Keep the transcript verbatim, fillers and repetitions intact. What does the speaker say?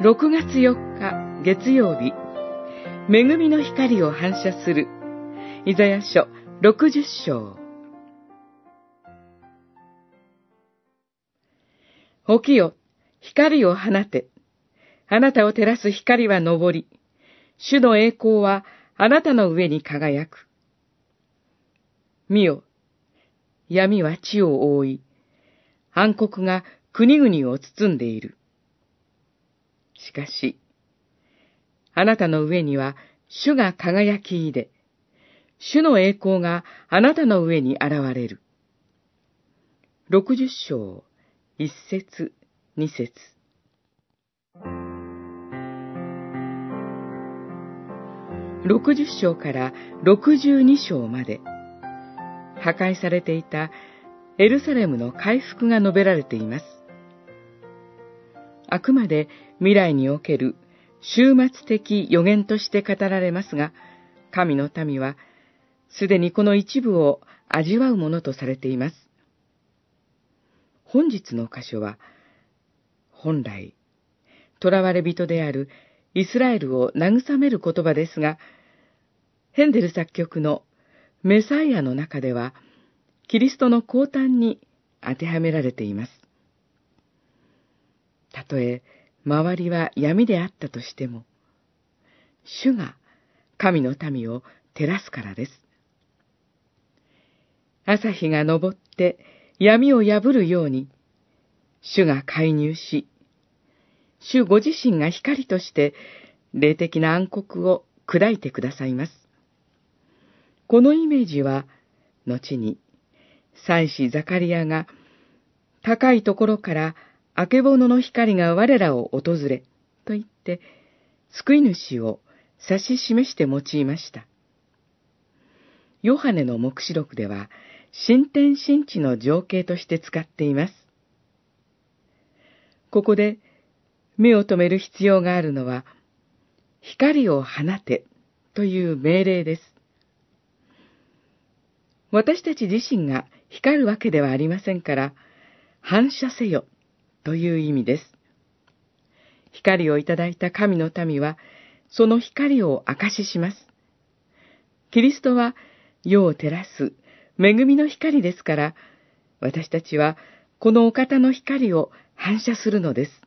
ろくがつよっか月曜日、恵みの光を反射するイザヤ書ろくじゅっ章。起きよ、光を放て。あなたを照らす光は昇り、主の栄光はあなたの上に輝く。見よ、闇は地を覆い、暗黒が国々を包んでいる。しかし、あなたの上には主が輝き出、主の栄光があなたの上に現れる。六十章、一節、二節。六十章から六十二章まで、破壊されていたエルサレムの回復が述べられています。あくまで未来における終末的予言として語られますが、神の民はすでにこの一部を味わうものとされています。本日の箇所は、本来、囚われ人であるイスラエルを慰める言葉ですが、ヘンデル作曲のメサイアの中では、キリストの降誕に当てはめられています。たとえ周りは闇であったとしても、主が神の民を照らすからです。朝日が昇って闇を破るように、主が介入し、主ご自身が光として霊的な暗黒を砕いてくださいます。このイメージは、後に、祭司ザカリアが、高いところからあけぼのの光が我らを訪れ、と言って、救い主を指し示して用いました。ヨハネの黙示録では、新天新地の情景として使っています。ここで、目を留める必要があるのは、光を放てという命令です。私たち自身が光るわけではありませんから、反射せよという意味です。光をいただいた神の民は、その光を証しします。キリストは世を照らす恵みの光ですから、私たちはこのお方の光を反射するのです。